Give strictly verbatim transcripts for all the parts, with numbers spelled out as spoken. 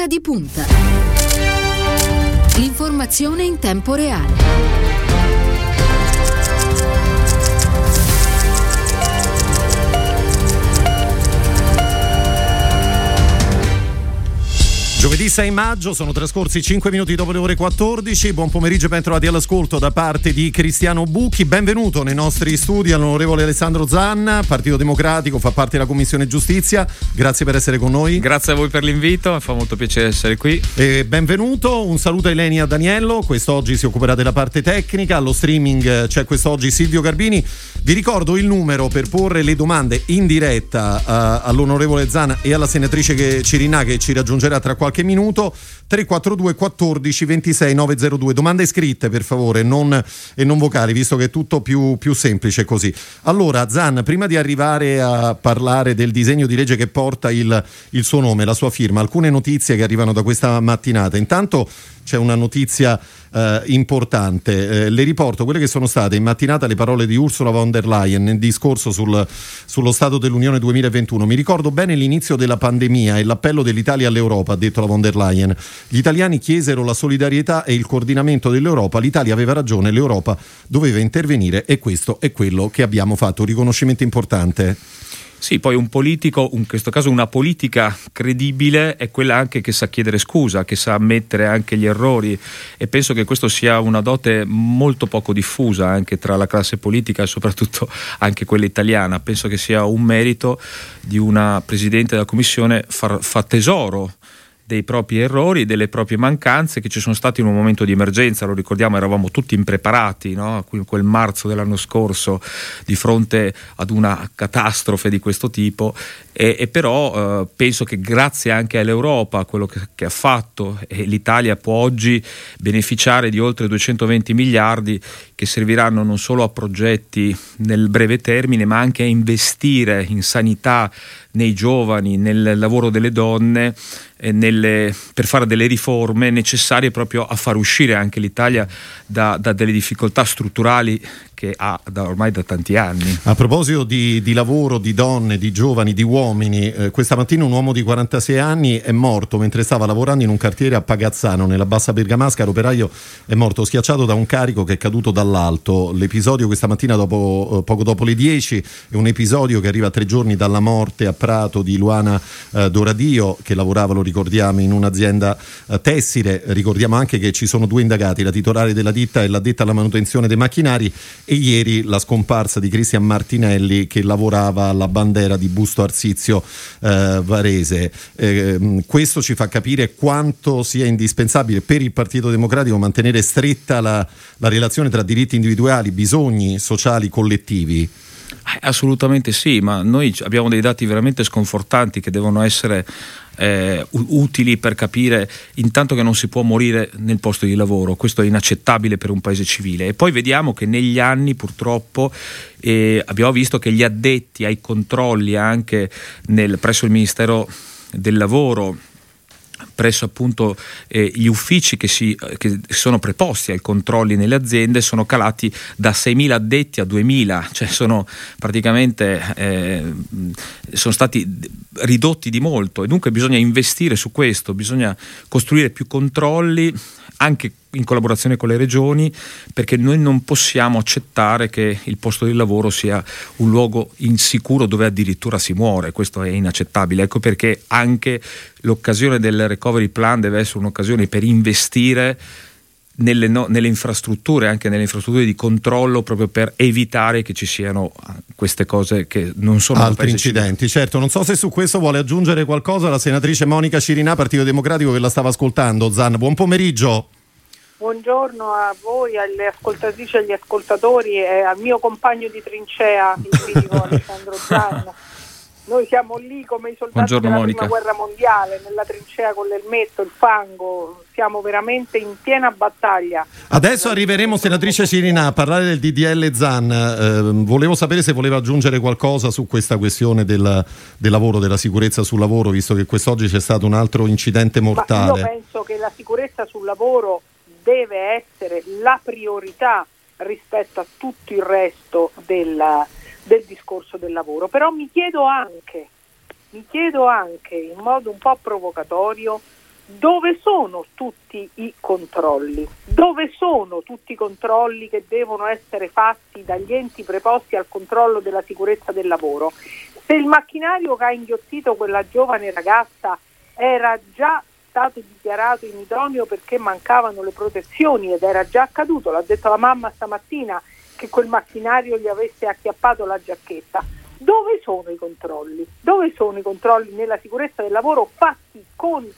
Ora di punta. L'informazione in tempo reale. Giovedì sei maggio, sono trascorsi cinque minuti dopo le ore quattordici. Buon pomeriggio e bentrovati all'ascolto da parte di Cristiano Bucchi. Benvenuto nei nostri studi all'onorevole Alessandro Zanna, Partito Democratico, fa parte della Commissione Giustizia. Grazie per essere con noi. Grazie a voi per l'invito, mi fa molto piacere essere qui. E benvenuto, un saluto a Eleni e a Daniello. Quest'oggi si occuperà della parte tecnica. Allo streaming c'è quest'oggi Silvio Garbini. Vi ricordo il numero per porre le domande in diretta uh, all'onorevole Zanna e alla senatrice Cirinnà, che ci raggiungerà tra qualche minuto. Tre quattro due quattordici ventisei novecentodue. Domande scritte per favore, non, e non vocali, visto che è tutto più, più semplice così. Allora Zanna, prima di arrivare a parlare del disegno di legge che porta il, il suo nome, la sua firma, alcune notizie che arrivano da questa mattinata. Intanto c'è una notizia eh, importante, eh, le riporto quelle che sono state in mattinata le parole di Ursula von der Leyen nel discorso sul, sullo Stato dell'Unione duemilaventuno. Mi ricordo bene l'inizio della pandemia e l'appello dell'Italia all'Europa, ha detto la von der Leyen. Gli italiani chiesero la solidarietà e il coordinamento dell'Europa, l'Italia aveva ragione, l'Europa doveva intervenire e questo è quello che abbiamo fatto. Un riconoscimento importante. Sì, poi un politico, in questo caso una politica credibile, è quella anche che sa chiedere scusa, che sa ammettere anche gli errori, e penso che questo sia una dote molto poco diffusa anche tra la classe politica e soprattutto anche quella italiana. Penso che sia un merito di una Presidente della Commissione far, far tesoro dei propri errori, delle proprie mancanze che ci sono stati in un momento di emergenza. Lo ricordiamo, eravamo tutti impreparati, no? Quel marzo dell'anno scorso di fronte ad una catastrofe di questo tipo, e, e però eh, penso che grazie anche all'Europa, a quello che, che ha fatto, e l'Italia può oggi beneficiare di oltre duecentoventi miliardi che serviranno non solo a progetti nel breve termine, ma anche a investire in sanità, nei giovani, nel lavoro delle donne, e nelle, per fare delle riforme necessarie proprio a far uscire anche l'Italia da, da delle difficoltà strutturali che ha da ormai da tanti anni. A proposito di, di lavoro, di donne, di giovani, di uomini, eh, questa mattina un uomo di quarantasei anni è morto mentre stava lavorando in un cartiere a Pagazzano, nella Bassa Bergamasca. L'operaio è morto schiacciato da un carico che è caduto dall'alto. L'episodio questa mattina dopo, eh, poco dopo le dieci è un episodio che arriva a tre giorni dalla morte a Prato di Luana eh, Doradio, che lavorava, lo ricordiamo, in un'azienda eh, tessile. Ricordiamo anche che ci sono due indagati, la titolare della ditta e l'addetta alla manutenzione dei macchinari. E ieri la scomparsa di Cristian Martinelli, che lavorava alla bandiera di Busto Arsizio eh, Varese. Eh, questo ci fa capire quanto sia indispensabile per il Partito Democratico mantenere stretta la, la relazione tra diritti individuali, bisogni sociali collettivi. Assolutamente sì, ma noi abbiamo dei dati veramente sconfortanti che devono essere eh, utili per capire intanto che non si può morire nel posto di lavoro. Questo è inaccettabile per un paese civile. E poi vediamo che negli anni purtroppo eh, abbiamo visto che gli addetti ai controlli anche nel, presso il Ministero del Lavoro, presso appunto eh, gli uffici che, si, che sono preposti ai controlli nelle aziende, sono calati da seimila addetti a duemila, cioè sono praticamente eh, sono stati ridotti di molto, e dunque bisogna investire su questo, bisogna costruire più controlli anche in collaborazione con le regioni, perché noi non possiamo accettare che il posto di lavoro sia un luogo insicuro dove addirittura si muore. Questo è inaccettabile. Ecco perché anche l'occasione del recovery plan deve essere un'occasione per investire nelle, no, nelle infrastrutture, anche nelle infrastrutture di controllo, proprio per evitare che ci siano queste cose che non sono altri incidenti. Certo, non so se su questo vuole aggiungere qualcosa la senatrice Monica Cirinnà, Partito Democratico, che la stava ascoltando. Zan, buon pomeriggio. Buongiorno a voi, alle ascoltatrici e agli ascoltatori, e al mio compagno di trincea, il mitico Alessandro Zanna. Noi siamo lì come i soldati Buongiorno, della Monica. Prima Guerra Mondiale, nella trincea con l'elmetto, il fango, siamo veramente in piena battaglia. Adesso arriveremo, senatrice Cirinnà, a parlare del D D L Zan. Eh, volevo sapere se voleva aggiungere qualcosa su questa questione del, del lavoro, della sicurezza sul lavoro, visto che quest'oggi c'è stato un altro incidente mortale. Ma io penso che la sicurezza sul lavoro deve essere la priorità rispetto a tutto il resto del, del discorso del lavoro. Però mi chiedo anche, mi chiedo anche in modo un po' provocatorio Dove sono tutti i controlli? Dove sono tutti i controlli che devono essere fatti dagli enti preposti al controllo della sicurezza del lavoro? Se il macchinario che ha inghiottito quella giovane ragazza era già stato dichiarato inidoneo perché mancavano le protezioni ed era già accaduto, l'ha detto la mamma stamattina, che quel macchinario gli avesse acchiappato la giacchetta. Dove sono i controlli? Dove sono i controlli nella sicurezza del lavoro fatti con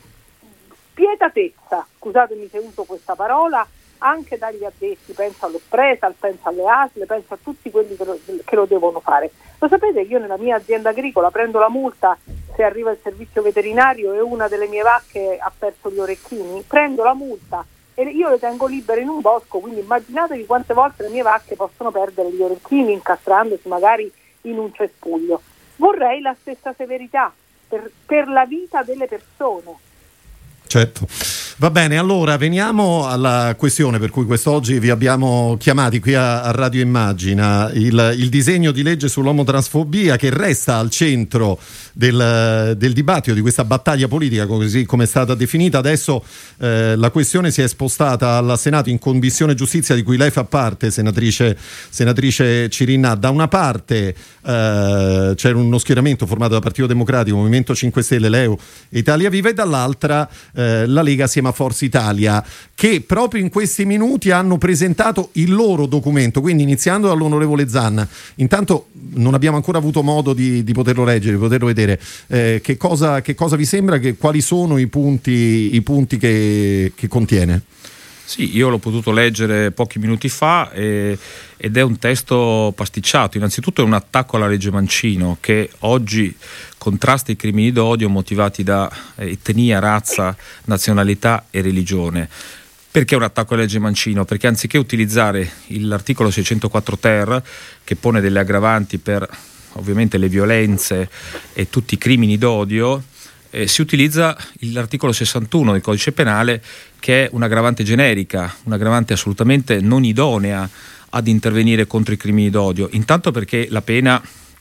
pietatezza, scusatemi se uso questa parola, anche dagli addetti, penso allo Spresal, penso alle A S L, penso a tutti quelli che lo, che lo devono fare. Lo sapete, io nella mia azienda agricola prendo la multa se arriva il servizio veterinario e una delle mie vacche ha perso gli orecchini, prendo la multa e io le tengo libere in un bosco, quindi immaginatevi quante volte le mie vacche possono perdere gli orecchini incastrandosi magari in un cespuglio. Vorrei la stessa severità per, per la vita delle persone. Certo. Va bene, allora veniamo alla questione per cui quest'oggi vi abbiamo chiamati qui a, a Radio Immagina, il, il disegno di legge sull'omotransfobia che resta al centro del, del dibattito, di questa battaglia politica così come è stata definita. Adesso eh, la questione si è spostata al Senato in Commissione Giustizia, di cui lei fa parte, senatrice, senatrice Cirinnà. Da una parte eh, c'era uno schieramento formato da Partito Democratico, Movimento cinque Stelle, L E U e Italia Viva, e dall'altra eh, la Lega assieme a Forza Italia, che proprio in questi minuti hanno presentato il loro documento. Quindi, iniziando dall'onorevole Zan, intanto non abbiamo ancora avuto modo di, di poterlo leggere, di poterlo vedere. Eh, che cosa, che cosa vi sembra? Che, quali sono i punti, i punti che, che contiene? Sì, io l'ho potuto leggere pochi minuti fa e, ed è un testo pasticciato. Innanzitutto è un attacco alla legge Mancino, che oggi contrasta i crimini d'odio motivati da etnia, razza, nazionalità e religione. Perché è un attacco alla legge Mancino? Perché anziché utilizzare l'articolo seicentoquattro ter, che pone delle aggravanti per ovviamente le violenze e tutti i crimini d'odio, eh, si utilizza l'articolo sessantuno del codice penale, che è un'aggravante generica, un'aggravante assolutamente non idonea ad intervenire contro i crimini d'odio. Intanto perché la pena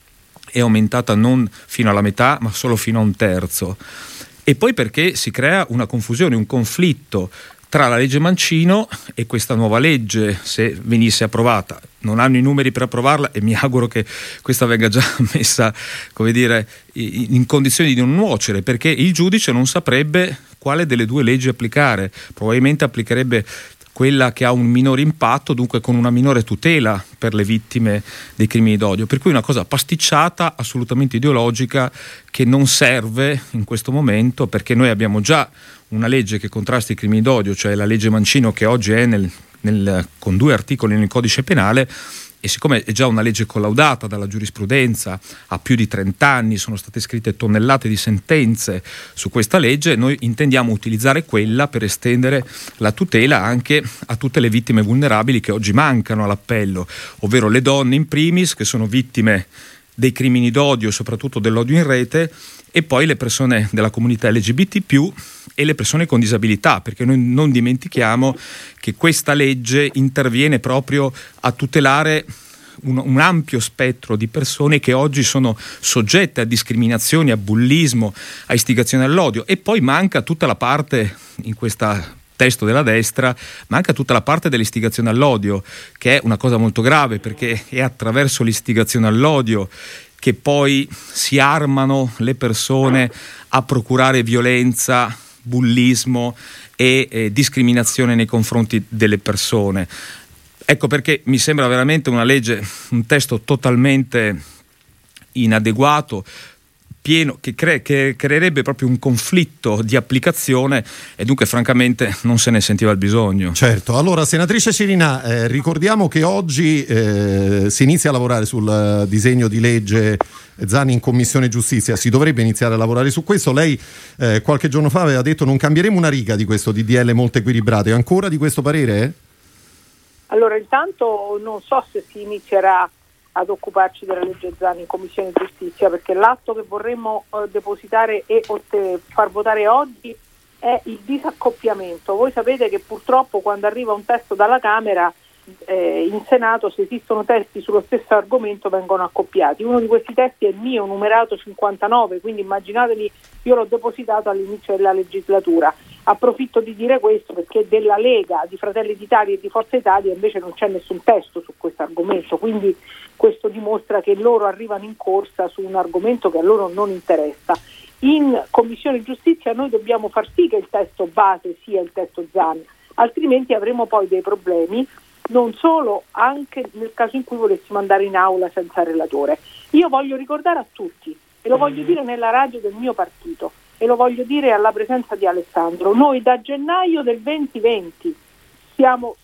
è aumentata non fino alla metà, ma solo fino a un terzo. E poi perché si crea una confusione, un conflitto tra la legge Mancino e questa nuova legge, se venisse approvata. Non hanno i numeri per approvarla e mi auguro che questa venga già messa, come dire, in condizioni di non nuocere, perché il giudice non saprebbe quale delle due leggi applicare. Probabilmente applicherebbe quella che ha un minore impatto, dunque con una minore tutela per le vittime dei crimini d'odio. Per cui una cosa pasticciata, assolutamente ideologica, che non serve in questo momento, perché noi abbiamo già una legge che contrasta i crimini d'odio, cioè la legge Mancino, che oggi è nel, nel, con due articoli nel codice penale, e siccome è già una legge collaudata dalla giurisprudenza, ha più di trenta anni, sono state scritte tonnellate di sentenze su questa legge, noi intendiamo utilizzare quella per estendere la tutela anche a tutte le vittime vulnerabili che oggi mancano all'appello, ovvero le donne in primis, che sono vittime dei crimini d'odio, soprattutto dell'odio in rete, e poi le persone della comunità L G B T più e le persone con disabilità, perché noi non dimentichiamo che questa legge interviene proprio a tutelare un, un ampio spettro di persone che oggi sono soggette a discriminazioni, a bullismo, a istigazione all'odio. E poi manca tutta la parte, in questa testo della destra, manca tutta la parte dell'istigazione all'odio, che è una cosa molto grave, perché è attraverso l'istigazione all'odio che poi si armano le persone a procurare violenza, bullismo e eh, discriminazione nei confronti delle persone. Ecco perché mi sembra veramente una legge, un testo totalmente inadeguato, pieno, che, cre- che creerebbe proprio un conflitto di applicazione, e dunque francamente non se ne sentiva il bisogno. Certo. Allora, senatrice Cirinnà, eh, ricordiamo che oggi eh, si inizia a lavorare sul uh, disegno di legge Zan in Commissione Giustizia. Si dovrebbe iniziare a lavorare su questo. Lei eh, qualche giorno fa aveva detto non cambieremo una riga di questo D D L molto equilibrato. È ancora di questo parere? Allora, intanto non so se si inizierà ad occuparci della legge Zan in Commissione Giustizia, perché l'atto che vorremmo eh, depositare e otte- far votare oggi è il disaccoppiamento. Voi sapete che purtroppo quando arriva un testo dalla Camera eh, in Senato, se esistono testi sullo stesso argomento, vengono accoppiati. Uno di questi testi è mio, numerato cinquantanove, quindi immaginatevi, io l'ho depositato all'inizio della legislatura. Approfitto di dire questo perché della Lega, di Fratelli d'Italia e di Forza Italia invece non c'è nessun testo su questo argomento, quindi questo dimostra che loro arrivano in corsa su un argomento che a loro non interessa. In Commissione Giustizia noi dobbiamo far sì che il testo base sia il testo Zan, altrimenti avremo poi dei problemi, non solo, anche nel caso in cui volessimo andare in aula senza relatore. Io voglio ricordare a tutti, e lo voglio dire nella radio del mio partito, e lo voglio dire alla presenza di Alessandro, noi da gennaio del duemilaventi stiamo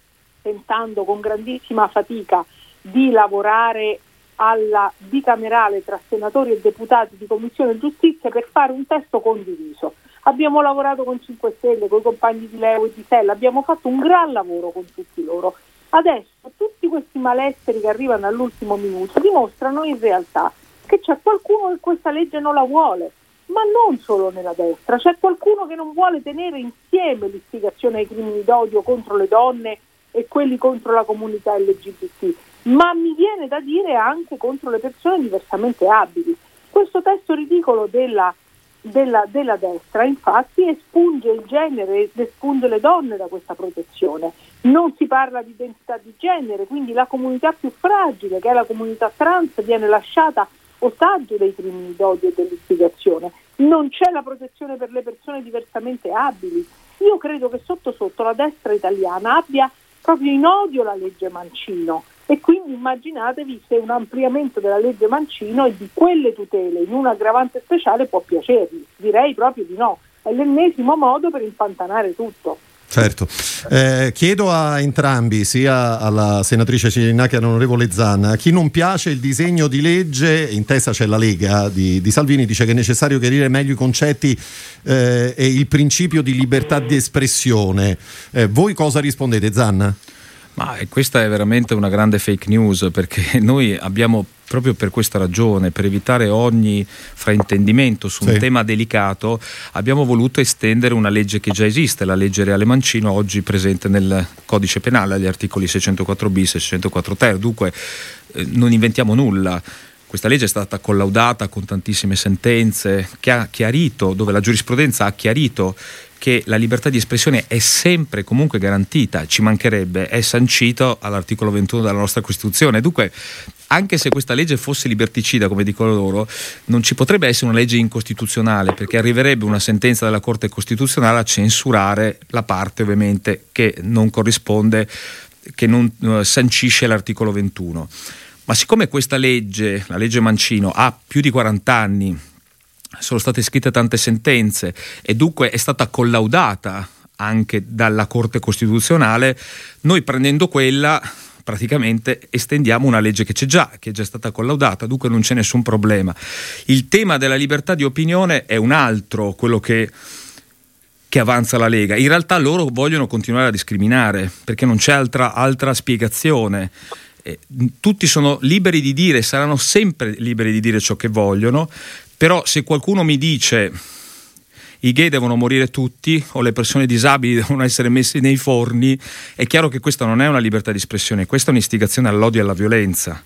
tentando con grandissima fatica di lavorare alla bicamerale tra senatori e deputati di Commissione Giustizia per fare un testo condiviso. Abbiamo lavorato con cinque Stelle, con i compagni di Leo e di Sella, abbiamo fatto un gran lavoro con tutti loro. Adesso tutti questi malesseri che arrivano all'ultimo minuto dimostrano in realtà che c'è qualcuno che questa legge non la vuole, ma non solo nella destra, c'è qualcuno che non vuole tenere insieme l'istigazione ai crimini d'odio contro le donne e quelli contro la comunità L G B T, ma mi viene da dire anche contro le persone diversamente abili. Questo testo ridicolo della, della, della destra infatti espunge il genere, espunge le donne da questa protezione. Non si parla di identità di genere, quindi la comunità più fragile, che è la comunità trans, viene lasciata ostaggio dei crimini d'odio e dell'istigazione. Non c'è la protezione per le persone diversamente abili. Io credo che sotto sotto la destra italiana abbia proprio in odio la legge Mancino, e quindi immaginatevi se un ampliamento della legge Mancino e di quelle tutele in un aggravante speciale può piacergli. Direi proprio di no, è l'ennesimo modo per impantanare tutto. Certo, eh, chiedo a entrambi, sia alla senatrice Cirinnà che all'onorevole Zan, a chi non piace il disegno di legge, in testa c'è la Lega di, di Salvini, dice che è necessario chiarire meglio i concetti eh, e il principio di libertà di espressione. Eh, voi cosa rispondete, Zan? Ma questa è veramente una grande fake news, perché noi abbiamo, proprio per questa ragione, per evitare ogni fraintendimento su un sì. tema delicato, abbiamo voluto estendere una legge che già esiste, la legge Reale Mancino, oggi presente nel codice penale agli articoli seicentoquattro bis e seicentoquattro ter. Dunque eh, non inventiamo nulla. Questa legge è stata collaudata con tantissime sentenze, che ha chiarito, dove la giurisprudenza ha chiarito che la libertà di espressione è sempre comunque garantita, ci mancherebbe, è sancito all'articolo ventuno della nostra Costituzione. Dunque, anche se questa legge fosse liberticida, come dicono loro, non ci potrebbe essere una legge incostituzionale, perché arriverebbe una sentenza della Corte Costituzionale a censurare la parte, ovviamente, che non corrisponde, che non uh, sancisce l'articolo ventuno. Ma siccome questa legge, la legge Mancino, ha più di quaranta anni, sono state scritte tante sentenze e dunque è stata collaudata anche dalla Corte Costituzionale, noi prendendo quella praticamente estendiamo una legge che c'è già, che è già stata collaudata, dunque non c'è nessun problema. Il tema della libertà di opinione è un altro, quello che che avanza la Lega. In realtà loro vogliono continuare a discriminare, perché non c'è altra, altra spiegazione. Eh, tutti sono liberi di dire, saranno sempre liberi di dire ciò che vogliono, però se qualcuno mi dice i gay devono morire tutti o le persone disabili devono essere messi nei forni, è chiaro che questa non è una libertà di espressione, questa è un'istigazione all'odio e alla violenza.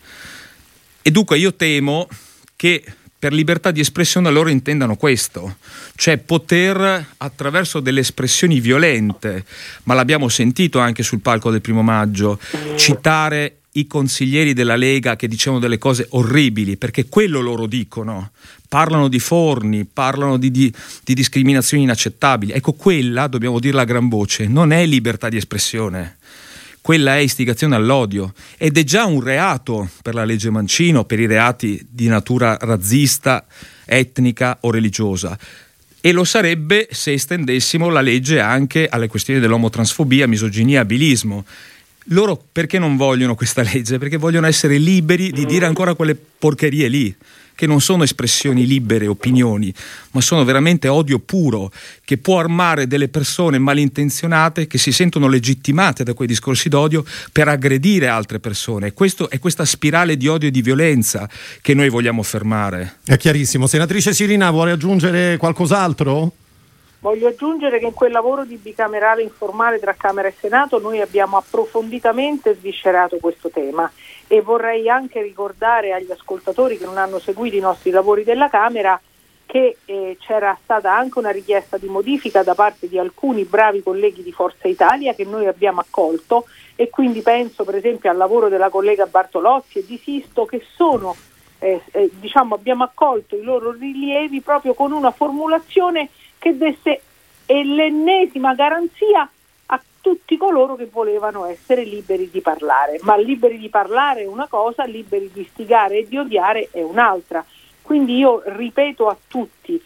E dunque io temo che per libertà di espressione loro intendano questo, cioè poter, attraverso delle espressioni violente, ma l'abbiamo sentito anche sul palco del primo maggio, citare i consiglieri della Lega che dicevano delle cose orribili, perché quello loro dicono, parlano di forni, parlano di, di, di discriminazioni inaccettabili. Ecco, quella, dobbiamo dirla a gran voce, non è libertà di espressione, quella è istigazione all'odio ed è già un reato per la legge Mancino, per i reati di natura razzista, etnica o religiosa. E lo sarebbe se estendessimo la legge anche alle questioni dell'omotransfobia, misoginia, abilismo. Loro perché non vogliono questa legge? Perché vogliono essere liberi di dire ancora quelle porcherie lì, che non sono espressioni libere, opinioni, ma sono veramente odio puro, che può armare delle persone malintenzionate che si sentono legittimate da quei discorsi d'odio per aggredire altre persone. Questo è questa spirale di odio e di violenza che noi vogliamo fermare. È chiarissimo. Senatrice Cirinnà, vuole aggiungere qualcos'altro? Voglio aggiungere che in quel lavoro di bicamerale informale tra Camera e Senato noi abbiamo approfonditamente sviscerato questo tema, e vorrei anche ricordare agli ascoltatori che non hanno seguito i nostri lavori della Camera che eh, c'era stata anche una richiesta di modifica da parte di alcuni bravi colleghi di Forza Italia che noi abbiamo accolto, e quindi penso per esempio al lavoro della collega Bartolozzi e di Sisto, che sono eh, eh, diciamo abbiamo accolto i loro rilievi proprio con una formulazione che desse l'ennesima garanzia a tutti coloro che volevano essere liberi di parlare. Ma liberi di parlare è una cosa, liberi di istigare e di odiare è un'altra. Quindi io ripeto a tutti,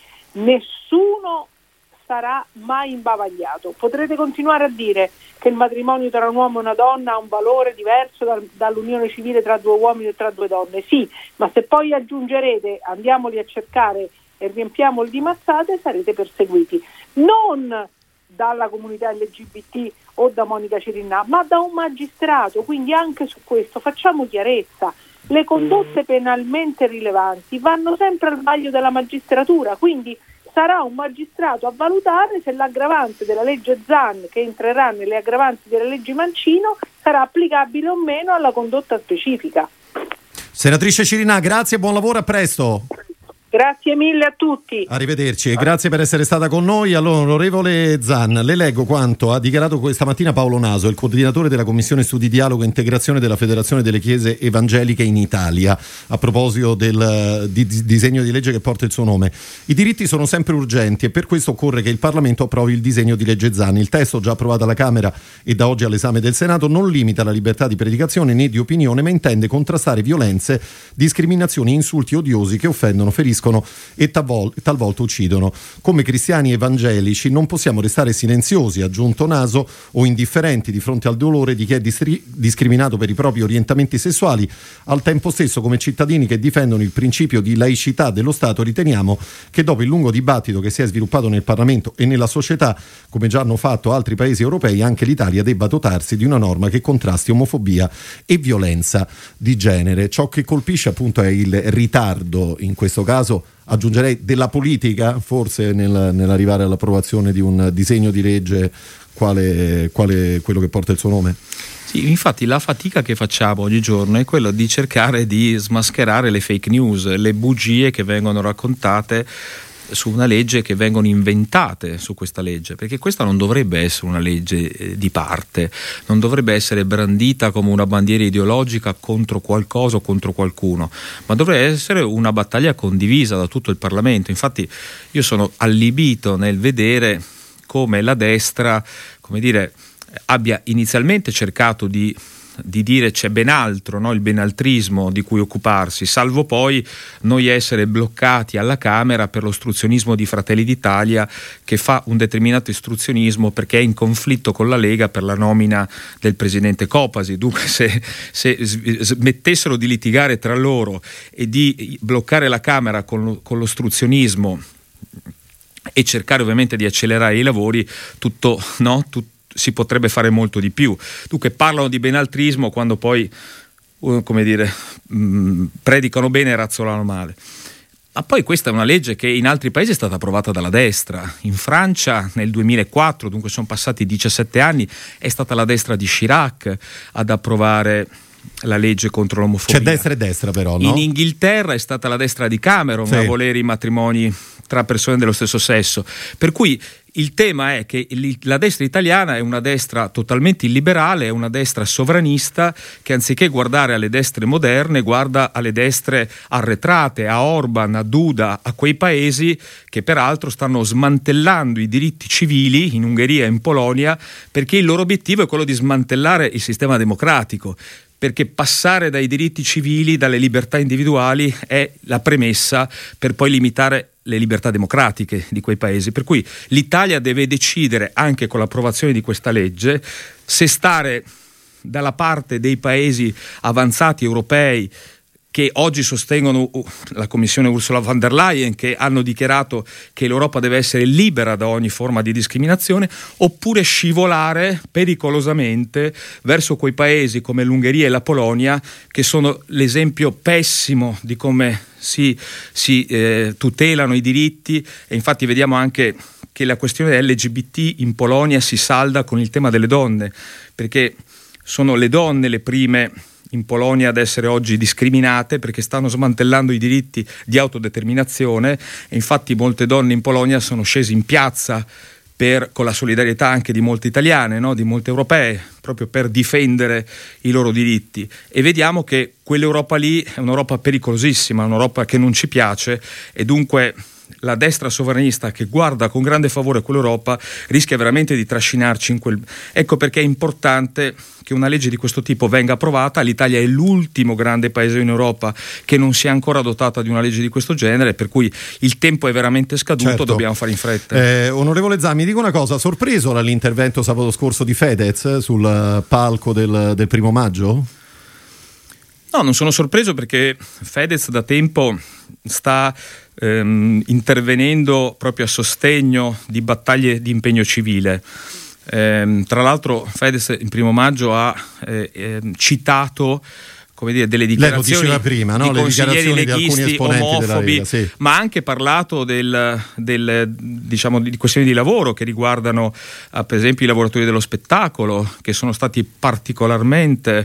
nessuno sarà mai imbavagliato. Potrete continuare a dire che il matrimonio tra un uomo e una donna ha un valore diverso dal, dall'unione civile tra due uomini e tra due donne, sì, ma se poi aggiungerete andiamoli a cercare e riempiamoli di mazzate, sarete perseguiti non dalla comunità L G B T o da Monica Cirinnà, ma da un magistrato. Quindi anche su questo facciamo chiarezza. Le condotte penalmente rilevanti vanno sempre al vaglio della magistratura, quindi sarà un magistrato a valutare se l'aggravante della legge Zan, che entrerà nelle aggravanti della legge Mancino, sarà applicabile o meno alla condotta specifica. Senatrice Cirinnà, grazie e buon lavoro, a presto. Grazie mille a tutti. Arrivederci e grazie per essere stata con noi. Allora, onorevole Zan, le leggo quanto ha dichiarato questa mattina Paolo Naso, il coordinatore della Commissione Studi Dialogo e Integrazione della Federazione delle Chiese Evangeliche in Italia, a proposito del di, di, disegno di legge che porta il suo nome. I diritti sono sempre urgenti e per questo occorre che il Parlamento approvi il disegno di legge Zan. Il testo, già approvato alla Camera e da oggi all'esame del Senato, non limita la libertà di predicazione né di opinione, ma intende contrastare violenze, discriminazioni e insulti odiosi che offendono, feriscono e talvolta, talvolta uccidono. Come cristiani evangelici non possiamo restare silenziosi, ha aggiunto Naso, o indifferenti di fronte al dolore di chi è distri- discriminato per i propri orientamenti sessuali. Al tempo stesso, come cittadini che difendono il principio di laicità dello Stato, riteniamo che dopo il lungo dibattito che si è sviluppato nel Parlamento e nella società, come già hanno fatto altri paesi europei, anche l'Italia debba dotarsi di una norma che contrasti omofobia e violenza di genere. Ciò che colpisce appunto è il ritardo, in questo caso aggiungerei della politica, forse nel, nell'arrivare all'approvazione di un disegno di legge quale, quale quello che porta il suo nome. Sì, infatti la fatica che facciamo ogni giorno è quella di cercare di smascherare le fake news, le bugie che vengono raccontate su una legge, che vengono inventate su questa legge, perché questa non dovrebbe essere una legge eh, di parte, non dovrebbe essere brandita come una bandiera ideologica contro qualcosa o contro qualcuno, ma dovrebbe essere una battaglia condivisa da tutto il Parlamento. Infatti io sono allibito nel vedere come la destra, come dire, abbia inizialmente cercato di di dire c'è ben altro, no? Il benaltrismo di cui occuparsi, salvo poi noi essere bloccati alla Camera per l'ostruzionismo di Fratelli d'Italia, che fa un determinato istruzionismo perché è in conflitto con la Lega per la nomina del presidente Copasi. Dunque se, se smettessero di litigare tra loro e di bloccare la Camera con, con l'ostruzionismo e cercare ovviamente di accelerare i lavori, tutto, no? Tutto si potrebbe fare molto di più. Dunque parlano di benaltrismo quando poi, come dire, mh, predicano bene e razzolano male. Ma poi questa è una legge che in altri paesi è stata approvata dalla destra. In Francia nel duemilaquattro, dunque sono passati diciassette anni, è stata la destra di Chirac ad approvare la legge contro l'omofobia. C'è destra e destra però, no? In Inghilterra è stata la destra di Cameron sì. a volere i matrimoni tra persone dello stesso sesso. Per cui il tema è che la destra italiana è una destra totalmente illiberale, è una destra sovranista che anziché guardare alle destre moderne guarda alle destre arretrate, a Orban, a Duda, a quei paesi che peraltro stanno smantellando i diritti civili in Ungheria e in Polonia, perché il loro obiettivo è quello di smantellare il sistema democratico. Perché passare dai diritti civili, dalle libertà individuali è la premessa per poi limitare le libertà democratiche di quei paesi. Per cui l'Italia deve decidere, anche con l'approvazione di questa legge, se stare dalla parte dei paesi avanzati europei che oggi sostengono la Commissione Ursula von der Leyen, che hanno dichiarato che l'Europa deve essere libera da ogni forma di discriminazione, oppure scivolare pericolosamente verso quei paesi come l'Ungheria e la Polonia, che sono l'esempio pessimo di come si, si eh, tutelano i diritti. E infatti vediamo anche che la questione L G B T in Polonia si salda con il tema delle donne, perché sono le donne le prime in Polonia ad essere oggi discriminate, perché stanno smantellando i diritti di autodeterminazione, e infatti molte donne in Polonia sono scese in piazza per, con la solidarietà anche di molte italiane, no? Di molte europee, proprio per difendere i loro diritti. E vediamo che quell'Europa lì è un'Europa pericolosissima, un'Europa che non ci piace, e dunque la destra sovranista che guarda con grande favore quell'Europa rischia veramente di trascinarci in quel... Ecco perché è importante che una legge di questo tipo venga approvata. L'Italia è l'ultimo grande paese in Europa che non si è ancora dotata di una legge di questo genere, per cui il tempo è veramente scaduto, certo. Dobbiamo fare in fretta. Eh, onorevole Zan, mi dica una cosa, sorpreso dall'intervento sabato scorso di Fedez sul palco del, del primo maggio? No, non sono sorpreso, perché Fedez da tempo sta ehm, intervenendo proprio a sostegno di battaglie di impegno civile. Eh, tra l'altro Fedez in primo maggio ha eh, eh, citato, come dire, delle dichiarazioni Lei lo diceva prima, no? di Le consiglieri dichiarazioni leghisti, di alcuni esponenti omofobi, della Lega, sì. Ma ha anche parlato del, del, diciamo, di questioni di lavoro che riguardano eh, per esempio i lavoratori dello spettacolo, che sono stati particolarmente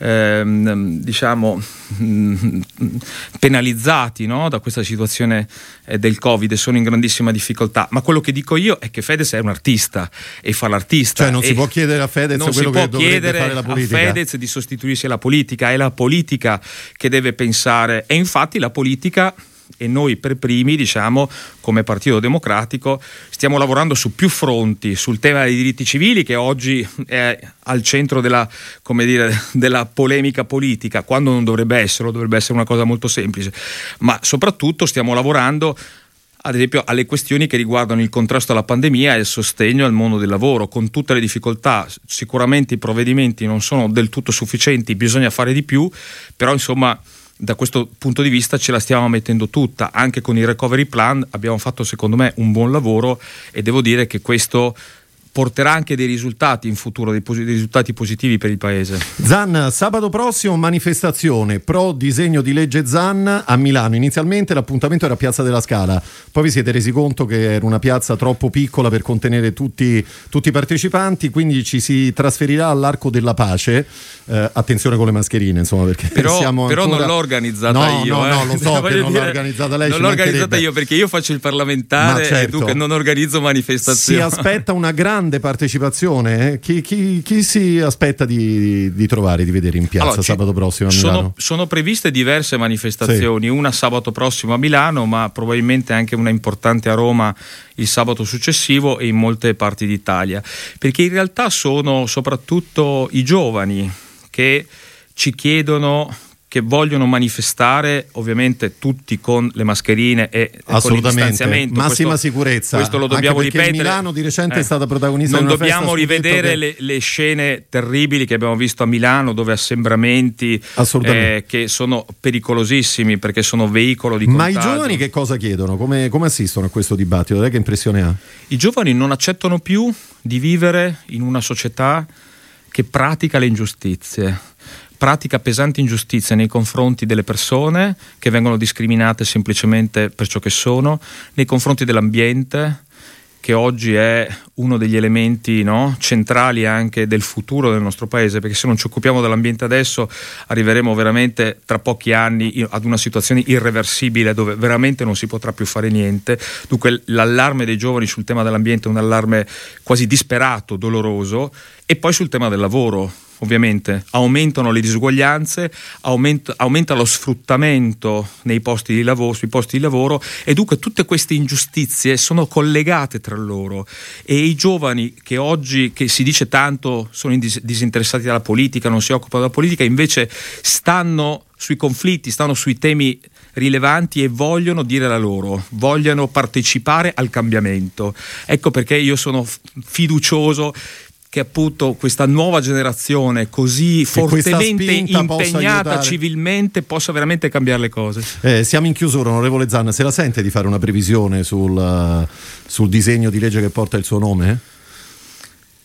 ehm, diciamo mh, penalizzati, no? Da questa situazione eh, del Covid, e sono in grandissima difficoltà. Ma quello che dico io è che Fedez è un artista e fa l'artista, cioè non si può chiedere a Fedez quello che dovrebbe fare la politica. Non si può chiedere a Fedez di sostituirsi alla politica, è la politica che deve pensare, e infatti la politica, e noi per primi, diciamo, come Partito Democratico, stiamo lavorando su più fronti sul tema dei diritti civili, che oggi è al centro della, come dire, della polemica politica, quando non dovrebbe esserlo, dovrebbe essere una cosa molto semplice, ma soprattutto stiamo lavorando ad esempio alle questioni che riguardano il contrasto alla pandemia e il sostegno al mondo del lavoro, con tutte le difficoltà. Sicuramente i provvedimenti non sono del tutto sufficienti, bisogna fare di più, però insomma da questo punto di vista ce la stiamo mettendo tutta. Anche con il recovery plan abbiamo fatto secondo me un buon lavoro, e devo dire che questo porterà anche dei risultati in futuro, dei, pos- dei risultati positivi per il paese. Zan, sabato prossimo manifestazione pro disegno di legge Zan a Milano. Inizialmente l'appuntamento era a Piazza della Scala, poi vi siete resi conto che era una piazza troppo piccola per contenere tutti, tutti i partecipanti, quindi ci si trasferirà all'Arco della Pace. Eh, attenzione con le mascherine, insomma, perché però, siamo però ancora... non l'ho organizzata no, io. No, eh. no, lo so che non l'ha organizzata lei. Non l'ho organizzata io perché io faccio il parlamentare, certo. E dunque non organizzo manifestazioni. Si aspetta una grande partecipazione, eh? chi, chi, chi si aspetta di, di trovare, di vedere in piazza allora, sabato prossimo a Milano? Sono, sono previste diverse manifestazioni, sì. Una sabato prossimo a Milano, ma probabilmente anche una importante a Roma il sabato successivo e in molte parti d'Italia, perché in realtà sono soprattutto i giovani che ci chiedono, che vogliono manifestare, ovviamente tutti con le mascherine e con il distanziamento, massima questo, sicurezza. Questo lo dobbiamo anche perché ripetere. Milano di recente eh, è stata protagonista non di una dobbiamo rivedere che... le, le scene terribili che abbiamo visto a Milano, dove assembramenti eh, che sono pericolosissimi perché sono veicolo di contagio. Ma i giovani che cosa chiedono? Come, come assistono a questo dibattito? Lei che impressione ha? I giovani non accettano più di vivere in una società che pratica le ingiustizie, pratica pesanti ingiustizie nei confronti delle persone che vengono discriminate semplicemente per ciò che sono, nei confronti dell'ambiente, che oggi è uno degli elementi, no, centrali anche del futuro del nostro paese, perché se non ci occupiamo dell'ambiente adesso arriveremo veramente tra pochi anni ad una situazione irreversibile dove veramente non si potrà più fare niente. Dunque l'allarme dei giovani sul tema dell'ambiente è un allarme quasi disperato, doloroso. E poi sul tema del lavoro, ovviamente aumentano le disuguaglianze, aumenta, aumenta lo sfruttamento nei posti di lavoro, sui posti di lavoro, e dunque tutte queste ingiustizie sono collegate tra loro, e i giovani che oggi, che si dice tanto, sono dis- disinteressati dalla politica, non si occupano della politica, invece stanno sui conflitti, stanno sui temi rilevanti e vogliono dire la loro, vogliono partecipare al cambiamento. Ecco perché io sono fiducioso che appunto questa nuova generazione così fortemente impegnata possa civilmente possa veramente cambiare le cose. Eh, siamo in chiusura, onorevole Zan, se la sente di fare una previsione sul, uh, sul disegno di legge che porta il suo nome?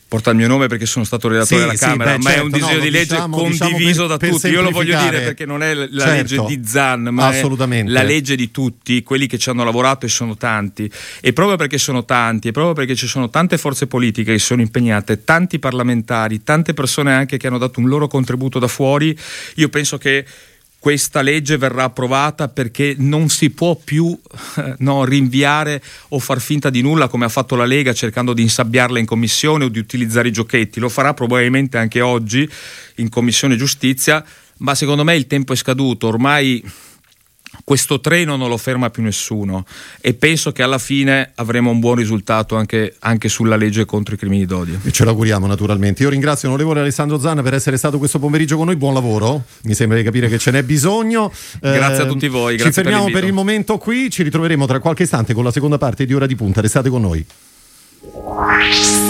porta il mio nome perché sono stato relatore sì, alla sì, Camera, beh, ma certo, è un disegno no, di legge diciamo, condiviso diciamo da per, per tutti. Io lo voglio dire perché non è la certo, legge di Zan, ma è la legge di tutti, quelli che ci hanno lavorato, e sono tanti. E proprio perché sono tanti, e proprio perché ci sono tante forze politiche che sono impegnate, tanti parlamentari, tante persone anche che hanno dato un loro contributo da fuori, io penso che questa legge verrà approvata, perché non si può più eh, no, rinviare o far finta di nulla come ha fatto la Lega cercando di insabbiarla in commissione o di utilizzare i giochetti. Lo farà probabilmente anche oggi in Commissione Giustizia, ma secondo me il tempo è scaduto, ormai questo treno non lo ferma più nessuno, e penso che alla fine avremo un buon risultato anche, anche sulla legge contro i crimini d'odio. E ce l'auguriamo naturalmente. Io ringrazio l'onorevole Alessandro Zan per essere stato questo pomeriggio con noi, buon lavoro, mi sembra di capire che ce n'è bisogno. Grazie eh, a tutti voi, grazie. Ci fermiamo per, per il momento qui, ci ritroveremo tra qualche istante con la seconda parte di Ora di Punta, restate con noi.